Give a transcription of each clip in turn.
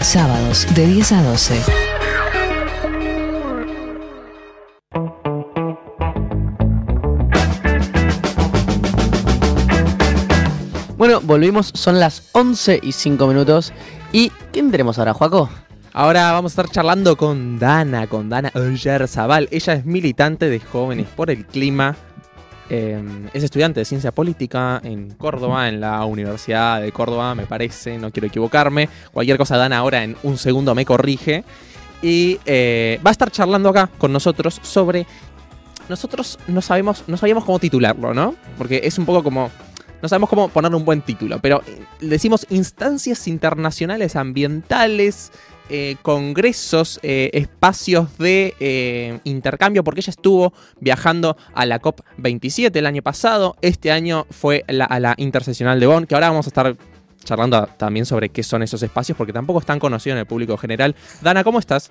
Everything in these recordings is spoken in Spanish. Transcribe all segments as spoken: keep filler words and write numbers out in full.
Sábados de diez a doce. Bueno, volvimos, son las once y cinco minutos. ¿Y quién tenemos ahora, Joaco? Ahora vamos a estar charlando con Dana, con Dana Oyarzabal. Ella es militante de Jóvenes por el Clima. Eh, es estudiante de Ciencia Política en Córdoba, en la Universidad de Córdoba, me parece, no quiero equivocarme. Cualquier cosa Dana ahora en un segundo me corrige. Y eh, va a estar charlando acá con nosotros sobre... Nosotros no sabemos, no sabíamos cómo titularlo, ¿no? Porque es un poco como... No sabemos cómo ponerle un buen título, pero decimos instancias internacionales ambientales, eh, congresos, eh, espacios de eh, intercambio, porque ella estuvo viajando a la COP veintisiete el año pasado. Este año fue la, a la Interseccional de Bonn, que ahora vamos a estar charlando también sobre qué son esos espacios, porque tampoco están conocidos en el público general. Dana, ¿cómo estás?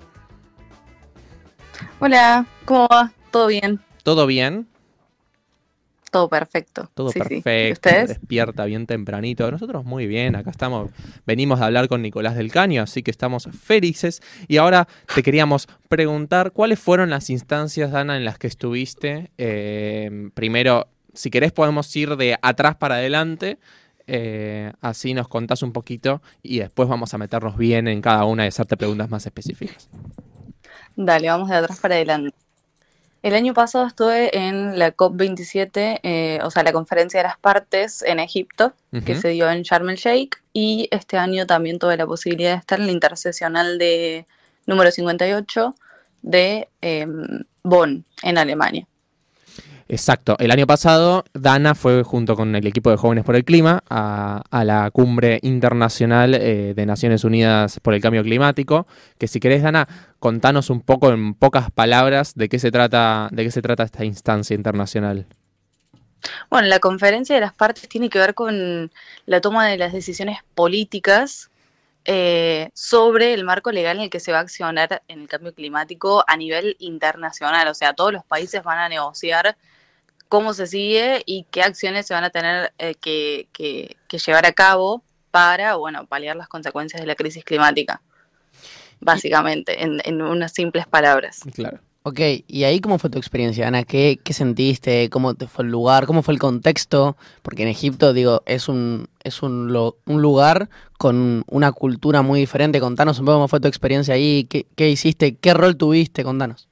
Hola, ¿cómo va? ¿Todo bien? ¿Todo bien? Todo perfecto. Todo sí, perfecto. Sí. ¿Ustedes? Despierta bien tempranito. Nosotros muy bien. Acá estamos. Venimos a hablar con Nicolás del Caño, así que estamos felices. Y ahora te queríamos preguntar cuáles fueron las instancias, Dana, en las que estuviste. Eh, primero, si querés podemos ir de atrás para adelante. Eh, así nos contás un poquito y después vamos a meternos bien en cada una y hacerte preguntas más específicas. Dale, vamos de atrás para adelante. El año pasado estuve en la COP veintisiete, eh, o sea, la conferencia de las partes en Egipto, uh-huh. que se dio en Sharm el Sheikh, y este año también tuve la posibilidad de estar en la interseccional de número cincuenta y ocho de eh, Bonn, en Alemania. Exacto. El año pasado, Dana fue junto con el equipo de Jóvenes por el Clima a, a la cumbre internacional eh, de Naciones Unidas por el Cambio Climático. Que si querés, Dana, contanos un poco en pocas palabras de qué se trata, de qué se trata esta instancia internacional. Bueno, la conferencia de las partes tiene que ver con la toma de las decisiones políticas eh, sobre el marco legal en el que se va a accionar en el cambio climático a nivel internacional. O sea, todos los países van a negociar cómo se sigue y qué acciones se van a tener eh, que, que, que llevar a cabo para, bueno, paliar las consecuencias de la crisis climática, básicamente, en, en unas simples palabras. Claro. Ok, ¿y ahí cómo fue tu experiencia, Ana? ¿Qué, qué sentiste? ¿Cómo te fue el lugar? ¿Cómo fue el contexto? Porque en Egipto, digo, es un es un, lo, un lugar con una cultura muy diferente. Contanos un poco cómo fue tu experiencia ahí, qué, qué hiciste, qué rol tuviste, contanos.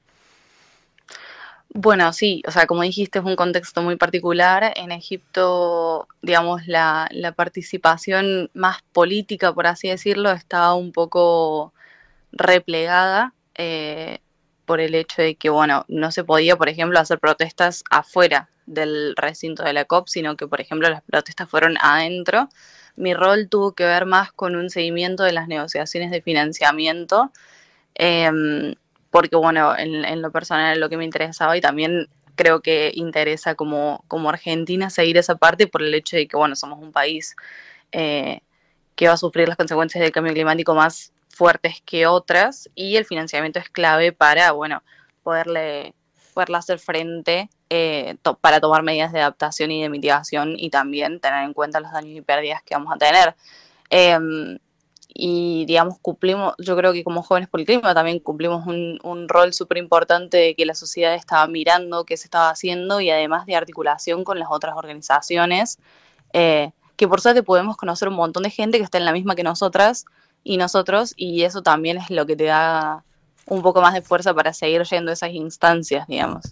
Bueno, sí, o sea, como dijiste, es un contexto muy particular. En Egipto, digamos, la, la participación más política, por así decirlo, estaba un poco replegada eh, por el hecho de que, bueno, no se podía, por ejemplo, hacer protestas afuera del recinto de la COP, sino que, por ejemplo, las protestas fueron adentro. Mi rol tuvo que ver más con un seguimiento de las negociaciones de financiamiento, eh, porque, bueno, en, en lo personal lo que me interesaba y también creo que interesa como, como Argentina seguir esa parte por el hecho de que, bueno, somos un país eh, que va a sufrir las consecuencias del cambio climático más fuertes que otras y el financiamiento es clave para, bueno, poderle, poderle hacer frente eh, to- para tomar medidas de adaptación y de mitigación y también tener en cuenta los daños y pérdidas que vamos a tener. Eh, Y, digamos, cumplimos, yo creo que como Jóvenes por el Clima también cumplimos un, un rol súper importante de que la sociedad estaba mirando qué se estaba haciendo y además de articulación con las otras organizaciones, eh, que por suerte podemos conocer un montón de gente que está en la misma que nosotras y nosotros, y eso también es lo que te da un poco más de fuerza para seguir yendo a esas instancias, digamos.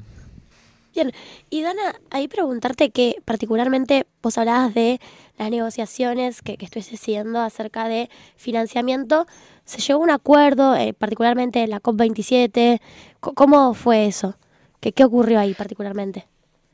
Bien, y Dana, ahí preguntarte que particularmente vos hablabas de las negociaciones que, que estuviste siguiendo acerca de financiamiento. ¿Se llegó a un acuerdo, eh, particularmente en la COP veintisiete? C- ¿Cómo fue eso? ¿Qué, qué ocurrió ahí particularmente?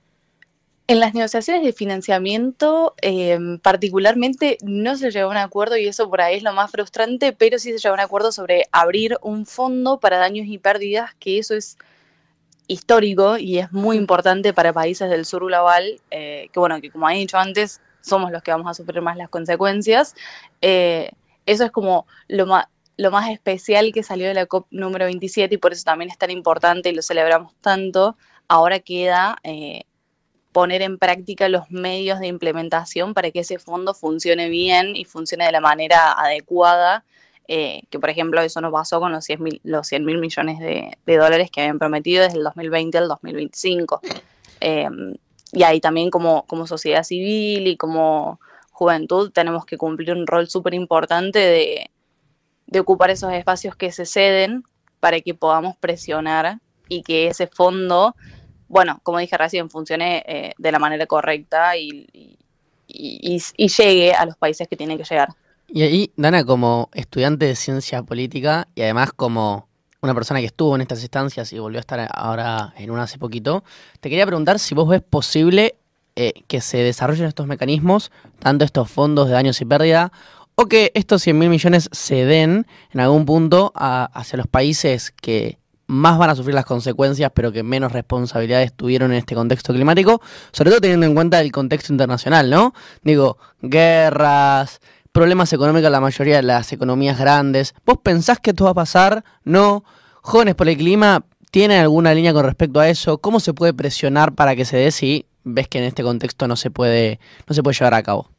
En las negociaciones de financiamiento, eh, particularmente no se llegó a un acuerdo y eso por ahí es lo más frustrante, pero sí se llegó a un acuerdo sobre abrir un fondo para daños y pérdidas, que eso es histórico y es muy importante para países del sur global, eh, que bueno, que como he dicho antes, somos los que vamos a sufrir más las consecuencias. Eh, eso es como lo más, lo más especial que salió de la COP número veintisiete y por eso también es tan importante y lo celebramos tanto. Ahora queda eh, poner en práctica los medios de implementación para que ese fondo funcione bien y funcione de la manera adecuada eh, que por ejemplo eso no pasó con los cien mil, los cien mil millones de, de dólares que habían prometido desde el dos mil veinte al dos mil veinticinco. Eh, y ahí también como, como sociedad civil y como juventud tenemos que cumplir un rol súper importante de, de ocupar esos espacios que se ceden para que podamos presionar y que ese fondo, bueno, como dije recién, funcione eh, de la manera correcta y, y, y, y llegue a los países que tiene que llegar. Y ahí, Dana, como estudiante de ciencia política y además como una persona que estuvo en estas instancias y volvió a estar ahora en una hace poquito, te quería preguntar si vos ves posible eh, que se desarrollen estos mecanismos, tanto estos fondos de daños y pérdida, o que estos cien mil millones se den en algún punto a, hacia los países que más van a sufrir las consecuencias, pero que menos responsabilidades tuvieron en este contexto climático, sobre todo teniendo en cuenta el contexto internacional, ¿no? Digo, guerras, problemas económicos en la mayoría de las economías grandes. ¿Vos pensás que esto va a pasar? ¿No? ¿Jóvenes por el Clima tienen alguna línea con respecto a eso? ¿Cómo se puede presionar para que se dé si ves que en este contexto no se puede, no se puede llevar a cabo?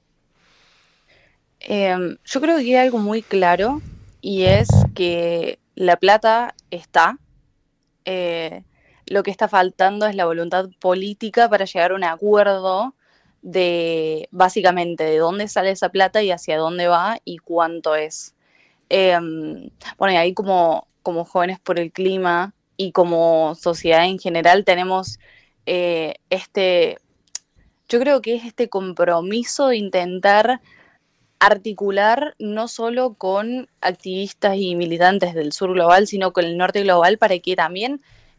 Eh, yo creo que hay algo muy claro y es que la plata está. Eh, lo que está faltando es la voluntad política para llegar a un acuerdo de básicamente de dónde sale esa plata y hacia dónde va y cuánto es. Eh, bueno, y ahí como, como Jóvenes por el Clima y como sociedad en general tenemos eh, este, yo creo que es este compromiso de intentar articular no solo con activistas y militantes del sur global, sino con el norte global para que también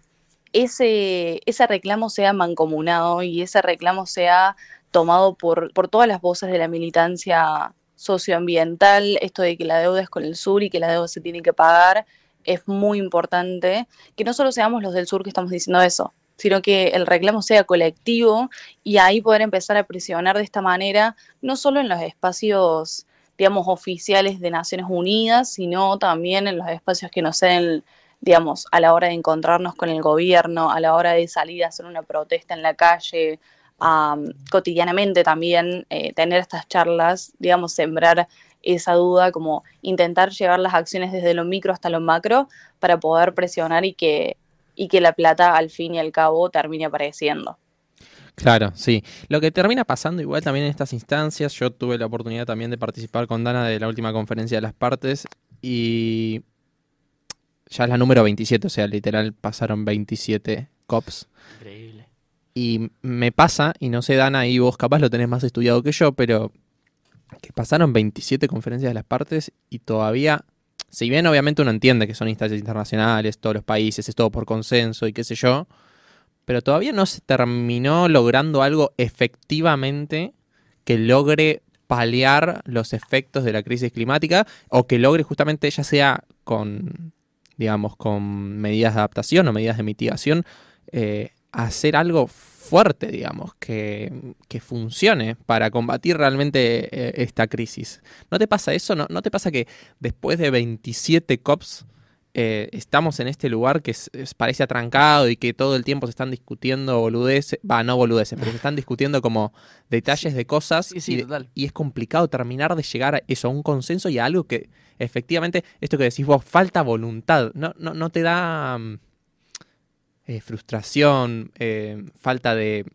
ese, ese reclamo sea mancomunado y ese reclamo sea tomado por, por todas las voces de la militancia socioambiental. Esto de que la deuda es con el sur y que la deuda se tiene que pagar es muy importante, que no solo seamos los del sur que estamos diciendo eso, sino que el reclamo sea colectivo y ahí poder empezar a presionar de esta manera, no solo en los espacios, digamos, oficiales de Naciones Unidas, sino también en los espacios que nos den, digamos, a la hora de encontrarnos con el gobierno, a la hora de salir a hacer una protesta en la calle, um, cotidianamente también eh, tener estas charlas, digamos, sembrar esa duda, como intentar llevar las acciones desde lo micro hasta lo macro para poder presionar y que y que la plata al fin y al cabo termine apareciendo. Claro, sí. Lo que termina pasando igual también en estas instancias, yo tuve la oportunidad también de participar con Dana de la última conferencia de las partes y ya es la número veintisiete, o sea, literal pasaron veintisiete COPs. Increíble. Y me pasa, y no sé Dana, y vos capaz lo tenés más estudiado que yo, pero que pasaron veintisiete conferencias de las partes y todavía... Si bien obviamente uno entiende que son instancias internacionales, todos los países, es todo por consenso y qué sé yo, pero todavía no se terminó logrando algo efectivamente que logre paliar los efectos de la crisis climática o que logre justamente, ya sea con, digamos, con medidas de adaptación o medidas de mitigación, eh, hacer algo fuerte, digamos, que, que funcione para combatir realmente eh, esta crisis. ¿No te pasa eso? ¿No, no te pasa que después de veintisiete COPs eh, estamos en este lugar que es, es, parece atrancado y que todo el tiempo se están discutiendo boludeces, va, no boludeces, pero se están discutiendo como detalles de cosas Sí, sí, y, total. y es complicado terminar de llegar a eso, a un consenso y a algo que efectivamente, esto que decís vos, falta voluntad, no, no, no te da... Um, Eh, frustración, eh, falta de,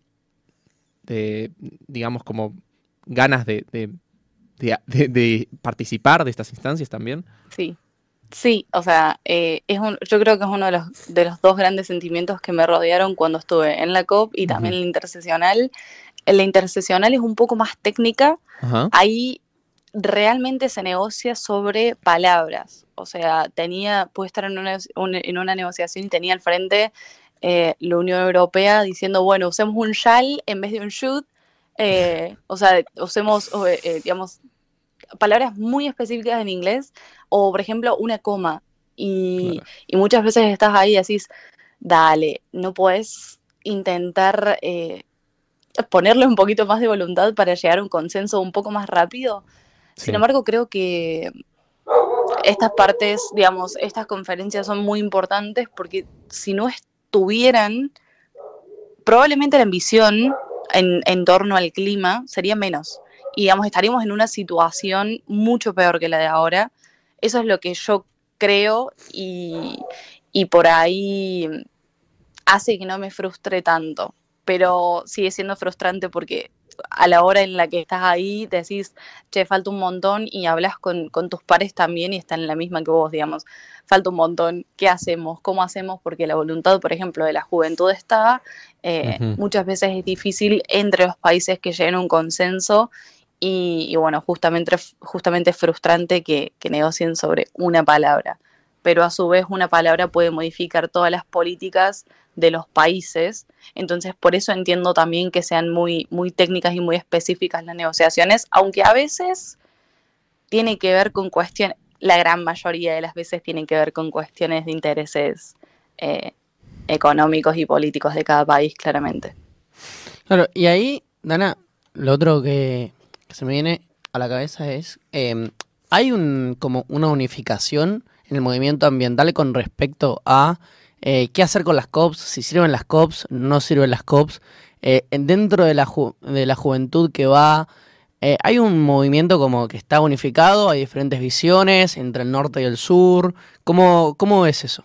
de, digamos, como ganas de, de, de, de, de participar de estas instancias también. Sí, sí, o sea, eh, es un, yo creo que es uno de los, de los dos grandes sentimientos que me rodearon cuando estuve en la COP y también en la interseccional. En la interseccional es un poco más técnica, Ajá. ahí realmente se negocia sobre palabras, o sea, tenía, pude estar en una, un, en una negociación y tenía al frente eh, la Unión Europea diciendo, bueno, usemos un shall en vez de un should, eh, o sea, usemos, eh, digamos, palabras muy específicas en inglés, o por ejemplo, una coma, y, Claro. y muchas veces estás ahí y decís, dale, no puedes intentar eh, ponerle un poquito más de voluntad para llegar a un consenso un poco más rápido. Sí. Sin embargo, creo que estas partes, digamos, estas conferencias son muy importantes porque si no estuvieran, probablemente la ambición en, en torno al clima sería menos. Y, digamos, estaríamos en una situación mucho peor que la de ahora. eso es lo que yo creo y, y por ahí hace que no me frustre tanto, pero sigue siendo frustrante porque a la hora en la que estás ahí decís, che, falta un montón y hablas con, con tus pares también y están en la misma que vos, digamos, falta un montón, ¿qué hacemos? ¿Cómo hacemos? Porque la voluntad, por ejemplo, de la juventud está, eh, Ujú. muchas veces es difícil entre los países que lleguen a un consenso y, y bueno, justamente, justamente es frustrante que, que negocien sobre una palabra, pero a su vez una palabra puede modificar todas las políticas de los países, entonces por eso entiendo también que sean muy, muy técnicas y muy específicas las negociaciones, aunque a veces tiene que ver con cuestiones, la gran mayoría de las veces tienen que ver con cuestiones de intereses eh, económicos y políticos de cada país, claramente. Claro, y ahí, Dana, lo otro que, que se me viene a la cabeza es, eh, hay un como una unificación en el movimiento ambiental con respecto a eh, qué hacer con las C O Ps, si sirven las C O Ps, no sirven las C O Ps, eh, dentro de la, ju de la juventud que va, eh, hay un movimiento como que está unificado, hay diferentes visiones entre el norte y el sur, ¿cómo, cómo ves eso?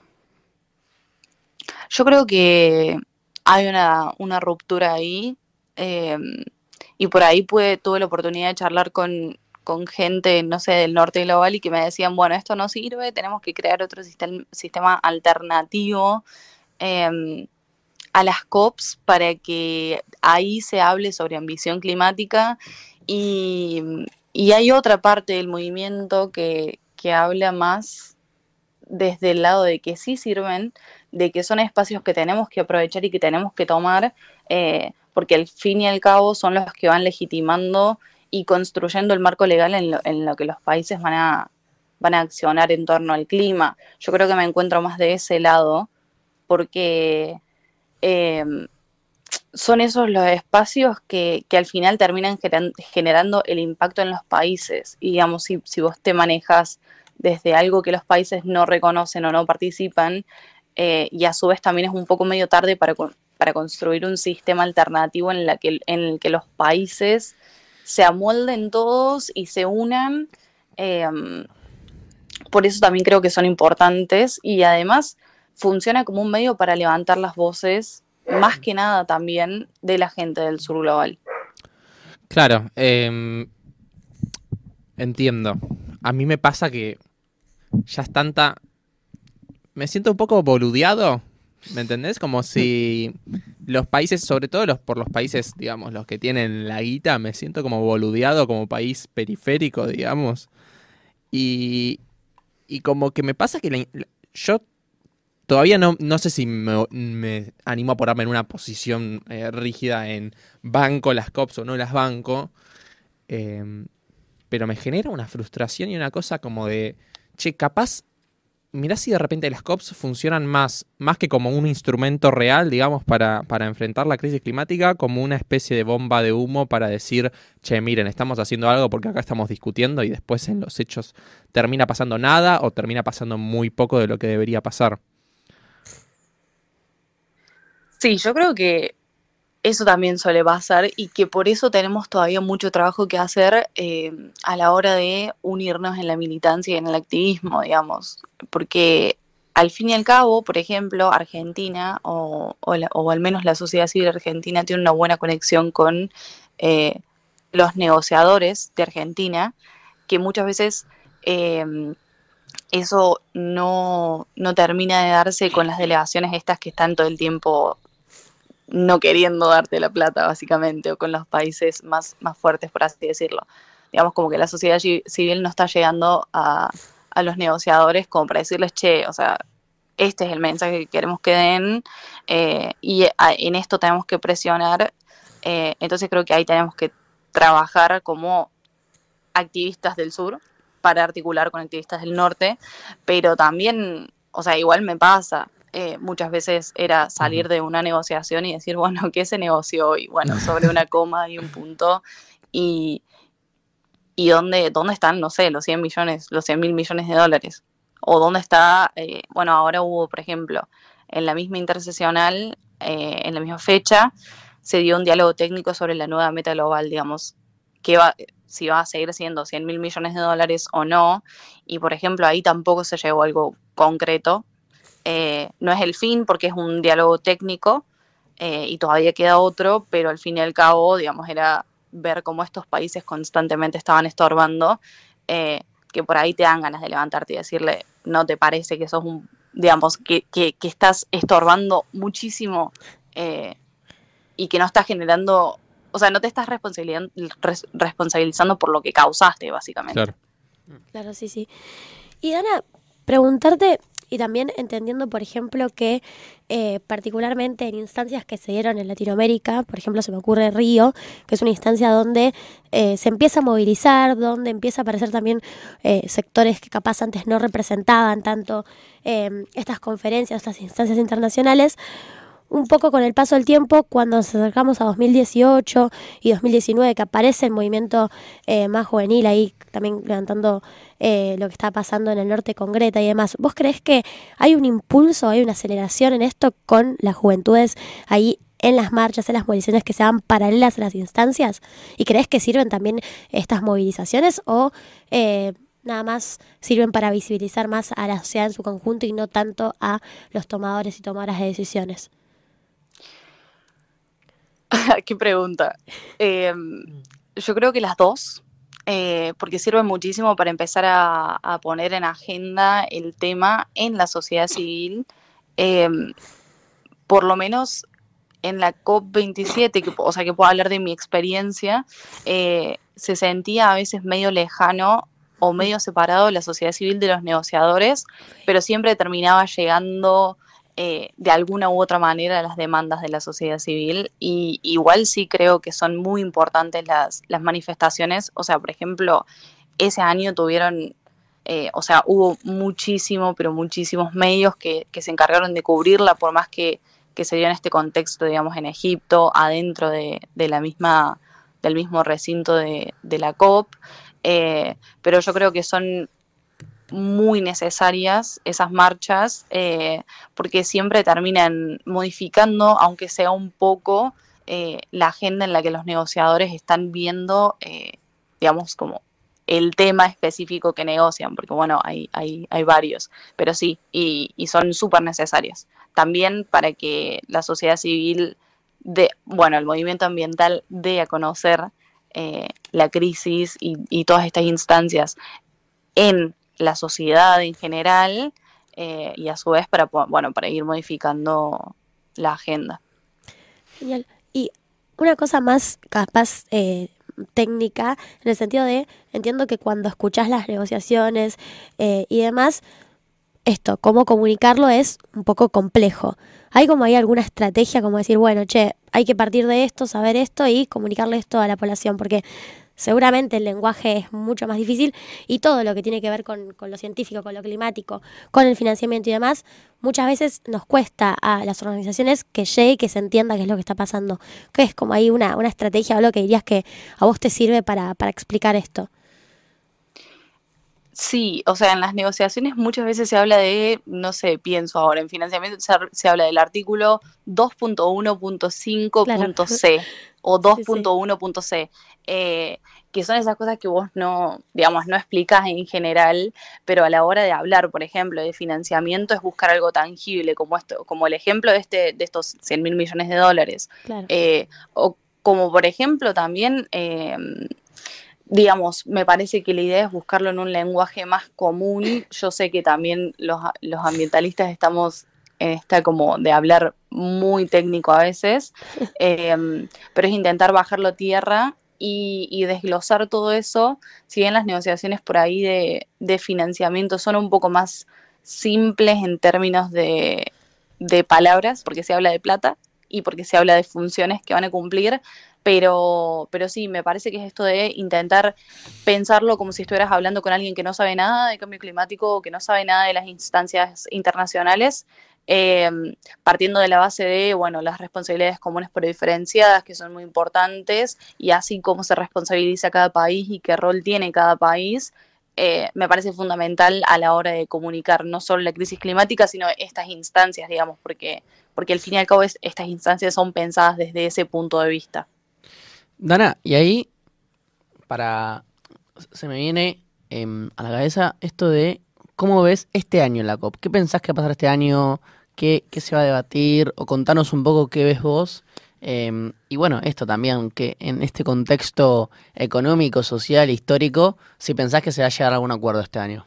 Yo creo que hay una, una ruptura ahí eh, y por ahí pude, tuve la oportunidad de charlar con, con gente, no sé, del norte global y que me decían, bueno, esto no sirve, tenemos que crear otro sistem sistema alternativo eh, a las C O Ps para que ahí se hable sobre ambición climática y, y hay otra parte del movimiento que, que habla más desde el lado de que sí sirven, de que son espacios que tenemos que aprovechar y que tenemos que tomar, eh, porque al fin y al cabo son los que van legitimando y construyendo el marco legal en lo, en lo que los países van a, van a accionar en torno al clima. Yo creo que me encuentro más de ese lado, porque eh, son esos los espacios que, que al final terminan geran, generando el impacto en los países. Y digamos, si, si vos te manejas desde algo que los países no reconocen o no participan, eh, y a su vez también es un poco medio tarde para, para construir un sistema alternativo en, la que, en el que los países se amolden todos y se unan. Eh, por eso también creo que son importantes y además funciona como un medio para levantar las voces, más que nada también de la gente del sur global. Claro, eh, entiendo. A mí me pasa que ya es tanta... Me siento un poco boludeado, ¿me entendés? Como si los países, sobre todo los por los países, digamos, los que tienen la guita, me siento como boludeado como país periférico, digamos. Y, y como que me pasa que la, la, yo todavía no, no sé si me, me animo a ponerme en una posición eh, rígida en banco las C O Ps o no las banco, eh, pero me genera una frustración y una cosa como de, che, capaz... Mirá si de repente las C O Ps funcionan más, más que como un instrumento real, digamos, para, para enfrentar la crisis climática, como una especie de bomba de humo para decir, che, miren, estamos haciendo algo porque acá estamos discutiendo y después en los hechos termina pasando nada o termina pasando muy poco de lo que debería pasar. Sí, yo creo que eso también suele pasar y que por eso tenemos todavía mucho trabajo que hacer eh, a la hora de unirnos en la militancia y en el activismo, digamos, porque al fin y al cabo, por ejemplo, Argentina o, o, la, o al menos la sociedad civil argentina tiene una buena conexión con eh, los negociadores de Argentina, que muchas veces eh, eso no, no termina de darse con las delegaciones estas que están todo el tiempo no queriendo darte la plata, básicamente, o con los países más, más fuertes, por así decirlo. Digamos, como que la sociedad civil no está llegando a, a los negociadores como para decirles, che, o sea, este es el mensaje que queremos que den, eh, y a, en esto tenemos que presionar. Eh, entonces creo que ahí tenemos que trabajar como activistas del sur para articular con activistas del norte, pero también, o sea, igual me pasa. Eh, muchas veces era salir de una negociación y decir, bueno, ¿qué se negoció? Y bueno, sobre una coma y un punto. Y, y dónde, dónde están, no sé, los cien millones, los cien mil millones de dólares. O dónde está, eh, bueno, ahora hubo, por ejemplo, en la misma interseccional, eh, en la misma fecha, se dio un diálogo técnico sobre la nueva meta global, digamos, que va, si va a seguir siendo cien mil millones de dólares o no, y por ejemplo ahí tampoco se llegó a algo concreto. Eh, no es el fin porque es un diálogo técnico eh, y todavía queda otro, pero al fin y al cabo, digamos, era ver cómo estos países constantemente estaban estorbando, eh, que por ahí te dan ganas de levantarte y decirle, ¿no te parece que sos un, digamos, que, que, que estás estorbando muchísimo eh, y que no estás generando, o sea, no te estás responsabilizando, res, responsabilizando por lo que causaste, básicamente? Claro. Claro, sí, sí. Y Dana, preguntarte, y también entendiendo, por ejemplo, que eh, particularmente en instancias que se dieron en Latinoamérica, por ejemplo, se me ocurre Río, que es una instancia donde eh, se empieza a movilizar, donde empieza a aparecer también eh, sectores que capaz antes no representaban tanto eh, estas conferencias, estas instancias internacionales. Un poco con el paso del tiempo, cuando nos acercamos a dos mil dieciocho y dos mil diecinueve, que aparece el movimiento eh, más juvenil ahí, también levantando eh, lo que está pasando en el norte con Greta y demás. ¿Vos creés que hay un impulso, hay una aceleración en esto con las juventudes ahí en las marchas, en las movilizaciones que se dan paralelas a las instancias? ¿Y creés que sirven también estas movilizaciones o eh, nada más sirven para visibilizar más a la sociedad en su conjunto y no tanto a los tomadores y tomadoras de decisiones? Qué pregunta. Eh, yo creo que las dos, eh, porque sirven muchísimo para empezar a, a poner en agenda el tema en la sociedad civil, eh, por lo menos en la COP veintisiete, que, o sea, que puedo hablar de mi experiencia, eh, se sentía a veces medio lejano o medio separado la sociedad civil de los negociadores, pero siempre terminaba llegando Eh, de alguna u otra manera las demandas de la sociedad civil, y igual sí creo que son muy importantes las, las manifestaciones. O sea, por ejemplo, ese año tuvieron, eh, o sea, hubo muchísimo, pero muchísimos medios que, que se encargaron de cubrirla, por más que, que se dio en este contexto, digamos, en Egipto, adentro de, de la misma, del mismo recinto de, de la COP, eh, pero yo creo que son muy necesarias esas marchas, eh, porque siempre terminan modificando, aunque sea un poco, eh, la agenda en la que los negociadores están viendo, eh, digamos, como el tema específico que negocian, porque bueno, hay, hay, hay varios, pero sí, y, y son súper necesarias. También para que la sociedad civil, de, bueno, el movimiento ambiental dé a conocer eh, la crisis y, y todas estas instancias en la sociedad en general, eh, y a su vez para, bueno, para ir modificando la agenda. Genial. Y una cosa más capaz eh, técnica, en el sentido de, entiendo que cuando escuchás las negociaciones eh, y demás, esto, cómo comunicarlo es un poco complejo. ¿Hay como hay alguna estrategia como decir, bueno, che, hay que partir de esto, saber esto y comunicarle esto a la población? Porque seguramente el lenguaje es mucho más difícil y todo lo que tiene que ver con, con lo científico, con lo climático, con el financiamiento y demás, muchas veces nos cuesta a las organizaciones que llegue y que se entienda qué es lo que está pasando. ¿Qué es como hay una, una estrategia o algo que dirías que a vos te sirve para, para explicar esto? Sí, o sea, en las negociaciones muchas veces se habla de, no sé, pienso ahora, en financiamiento se, se habla del artículo dos punto uno punto cinco punto ce claro. O dos punto uno punto ce, sí, sí. eh, que son esas cosas que vos no, digamos, no explicás en general, pero a la hora de hablar, por ejemplo, de financiamiento es buscar algo tangible, como esto, como el ejemplo de este, de estos cien mil millones de dólares. Claro. Eh, o como por ejemplo también, eh, digamos, me parece que la idea es buscarlo en un lenguaje más común. Yo sé que también los, los ambientalistas estamos en esta como de hablar muy técnico a veces, eh, pero es intentar bajarlo a tierra y, y desglosar todo eso. Si bien las negociaciones por ahí de, de financiamiento son un poco más simples en términos de, de palabras, porque se habla de plata y porque se habla de funciones que van a cumplir, Pero, pero sí, me parece que es esto de intentar pensarlo como si estuvieras hablando con alguien que no sabe nada de cambio climático o que no sabe nada de las instancias internacionales, eh, partiendo de la base de, bueno, las responsabilidades comunes pero diferenciadas, que son muy importantes, y así cómo se responsabiliza cada país y qué rol tiene cada país. Eh, me parece fundamental a la hora de comunicar no solo la crisis climática, sino estas instancias, digamos, porque, porque al fin y al cabo es, estas instancias son pensadas desde ese punto de vista. Dana, y ahí, para... Se me viene eh, a la cabeza esto de cómo ves este año en la COP. ¿Qué pensás que va a pasar este año? ¿Qué, qué se va a debatir? O contanos un poco qué ves vos. Eh, y bueno, esto también, que en este contexto económico, social, histórico, si pensás que se va a llegar a algún acuerdo este año.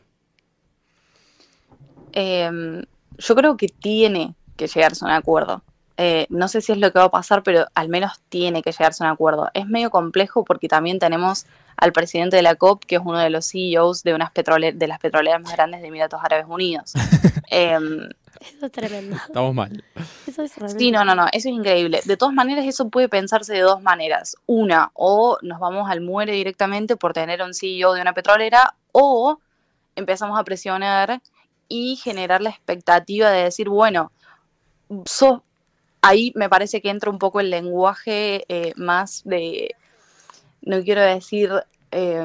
Eh, yo creo que tiene que llegarse a un acuerdo. Eh, no sé si es lo que va a pasar, pero al menos tiene que llegarse a un acuerdo. Es medio complejo porque también tenemos al presidente de la COP, que es uno de los C E Os de, unas petrole- de las petroleras más grandes de Emiratos Árabes Unidos. eh, Eso es tremendo. Estamos mal. Eso es realmente Sí, no, no, no, eso es increíble. De todas maneras, eso puede pensarse de dos maneras. Una, o nos vamos al muere directamente por tener un C E O de una petrolera, o empezamos a presionar y generar la expectativa de decir, bueno, sos... ahí me parece que entra un poco el lenguaje eh, más de, no quiero decir eh,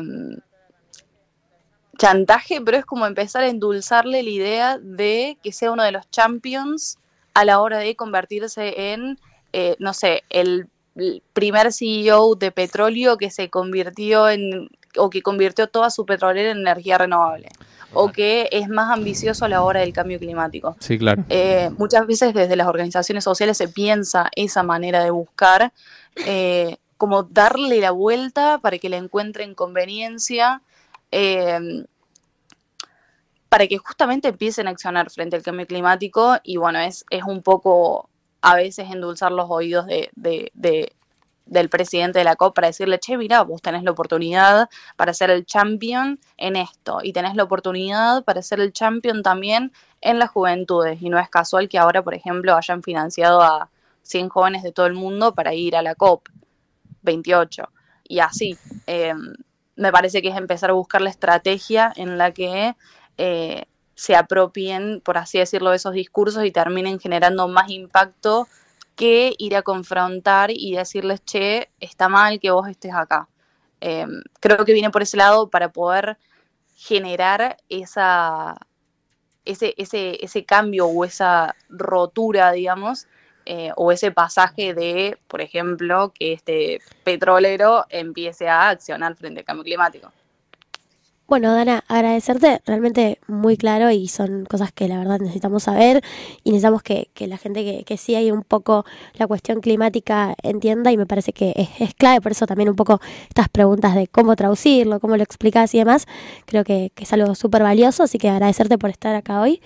chantaje, pero es como empezar a endulzarle la idea de que sea uno de los champions a la hora de convertirse en, eh, no sé, el primer C E O de petróleo que se convirtió en, o que convirtió toda su petrolera en energía renovable, o que es más ambicioso a la hora del cambio climático. Sí, claro. Eh, muchas veces desde las organizaciones sociales se piensa esa manera de buscar, eh, como darle la vuelta para que le encuentren conveniencia, eh, para que justamente empiecen a accionar frente al cambio climático. Y bueno, es, es un poco a veces endulzar los oídos de, de, de, del presidente de la COP para decirle, che, mirá, vos tenés la oportunidad para ser el champion en esto, y tenés la oportunidad para ser el champion también en las juventudes, y no es casual que ahora, por ejemplo, hayan financiado a cien jóvenes de todo el mundo para ir a la COP veintiocho, y así. Eh, me parece que es empezar a buscar la estrategia en la que eh, se apropien, por así decirlo, de esos discursos y terminen generando más impacto que ir a confrontar y decirles, che, está mal que vos estés acá. Eh, creo que viene por ese lado para poder generar esa, ese, ese, ese cambio o esa rotura, digamos, eh, o ese pasaje de, por ejemplo, que este petrolero empiece a accionar frente al cambio climático. Bueno, Dana, agradecerte, realmente muy claro, y son cosas que la verdad necesitamos saber y necesitamos que, que la gente que, que sí hay un poco la cuestión climática entienda, y me parece que es, es clave. Por eso también un poco estas preguntas de cómo traducirlo, cómo lo explicás y demás, creo que, que es algo súper valioso, así que agradecerte por estar acá hoy.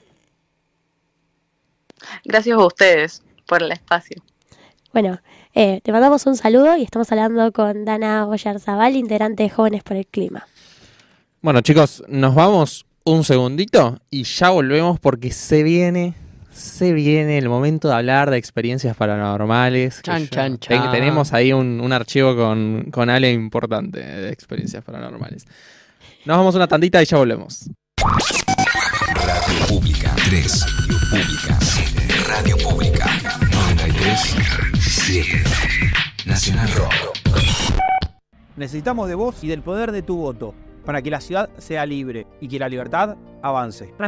Gracias a ustedes por el espacio. Bueno, eh, te mandamos un saludo y estamos hablando con Dana Oyarzabal, integrante de Jóvenes por el Clima. Bueno, chicos, nos vamos un segundito y ya volvemos porque se viene, se viene el momento de hablar de experiencias paranormales. Chan, ya chan, ten- chan. tenemos ahí un, un archivo con, con Ale importante de experiencias paranormales. Nos vamos una tandita y ya volvemos. Radio Pública tres. Pública siete. Radio Pública noventa y tres siete. Nacional Rock. Necesitamos de vos y del poder de tu voto para que la ciudad sea libre y que la libertad avance.